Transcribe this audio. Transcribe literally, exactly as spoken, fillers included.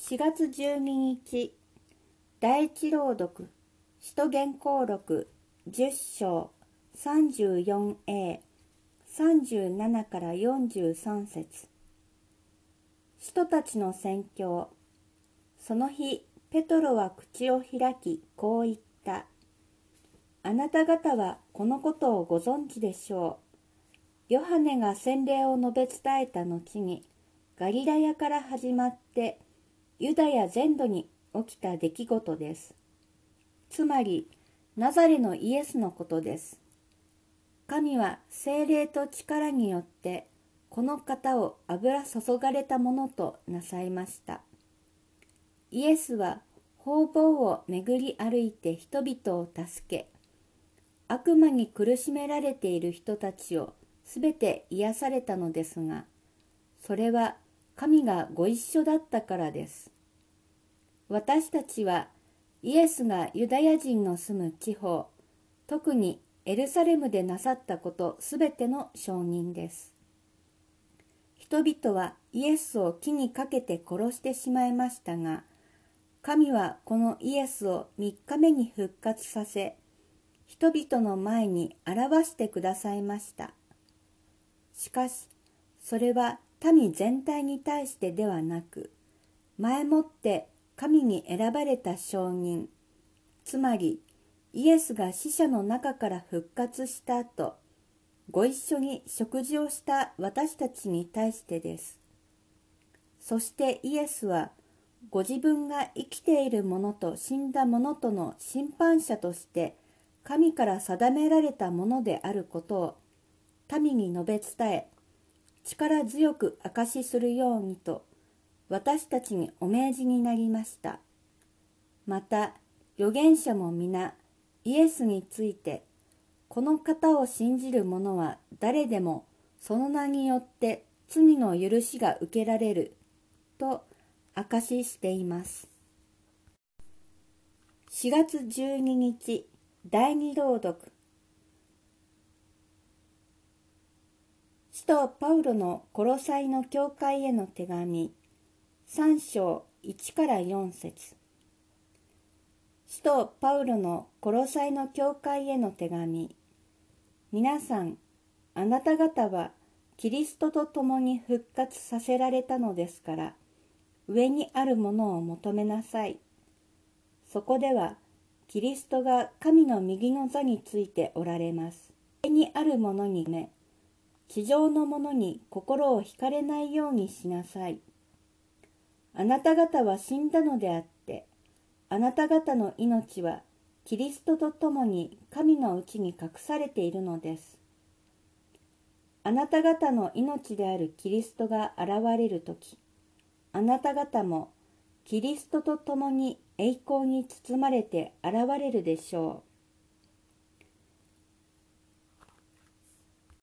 しがつじゅうににち、第一朗読、使徒言行録じゅっ章さんじゅうよんエー、さんじゅうななからよんじゅうさん節。使徒たちの宣教。その日、ペトロは口を開き、こう言った。あなた方はこのことをご存知でしょう。ヨハネが洗礼を述べ伝えた後に、ガリラヤから始まって、ユダヤ全土に起きた出来事です。つまり、ナザレのイエスのことです。神は聖霊と力によって、この方を油注がれたものとなさいました。イエスは方々を巡り歩いて人々を助け、悪魔に苦しめられている人たちをすべて癒されたのですが、それは神がご一緒だったからです。私たちはイエスがユダヤ人の住む地方、特にエルサレムでなさったことすべての証人です。人々はイエスを木にかけて殺してしまいましたが、神はこのイエスを三日目に復活させ、人々の前に表してくださいました。しかし、それは民全体に対してではなく、前もって神に選ばれた証人、つまりイエスが死者の中から復活した後、ご一緒に食事をした私たちに対してです。そしてイエスは、ご自分が生きている者と死んだ者との審判者として、神から定められたものであることを、民に述べ伝え、力強く証しするようにと、私たちにお命じになりました。また、預言者も皆、イエスについて、この方を信じる者は誰でもその名によって罪の許しが受けられると証ししています。しがつじゅうににち、第二朗読。使徒パウロのコロサイの教会への手紙、さん章いちからよん節。使徒パウロのコロサイの教会への手紙。皆さん、あなた方はキリストと共に復活させられたのですから、上にあるものを求めなさい。そこでは、キリストが神の右の座についておられます。上にあるものに目、地上のものに心を惹かれないようにしなさい。あなた方は死んだのであって、あなた方の命はキリストと共に神のうちに隠されているのです。あなた方の命であるキリストが現れるとき、あなた方もキリストと共に栄光に包まれて現れるでしょ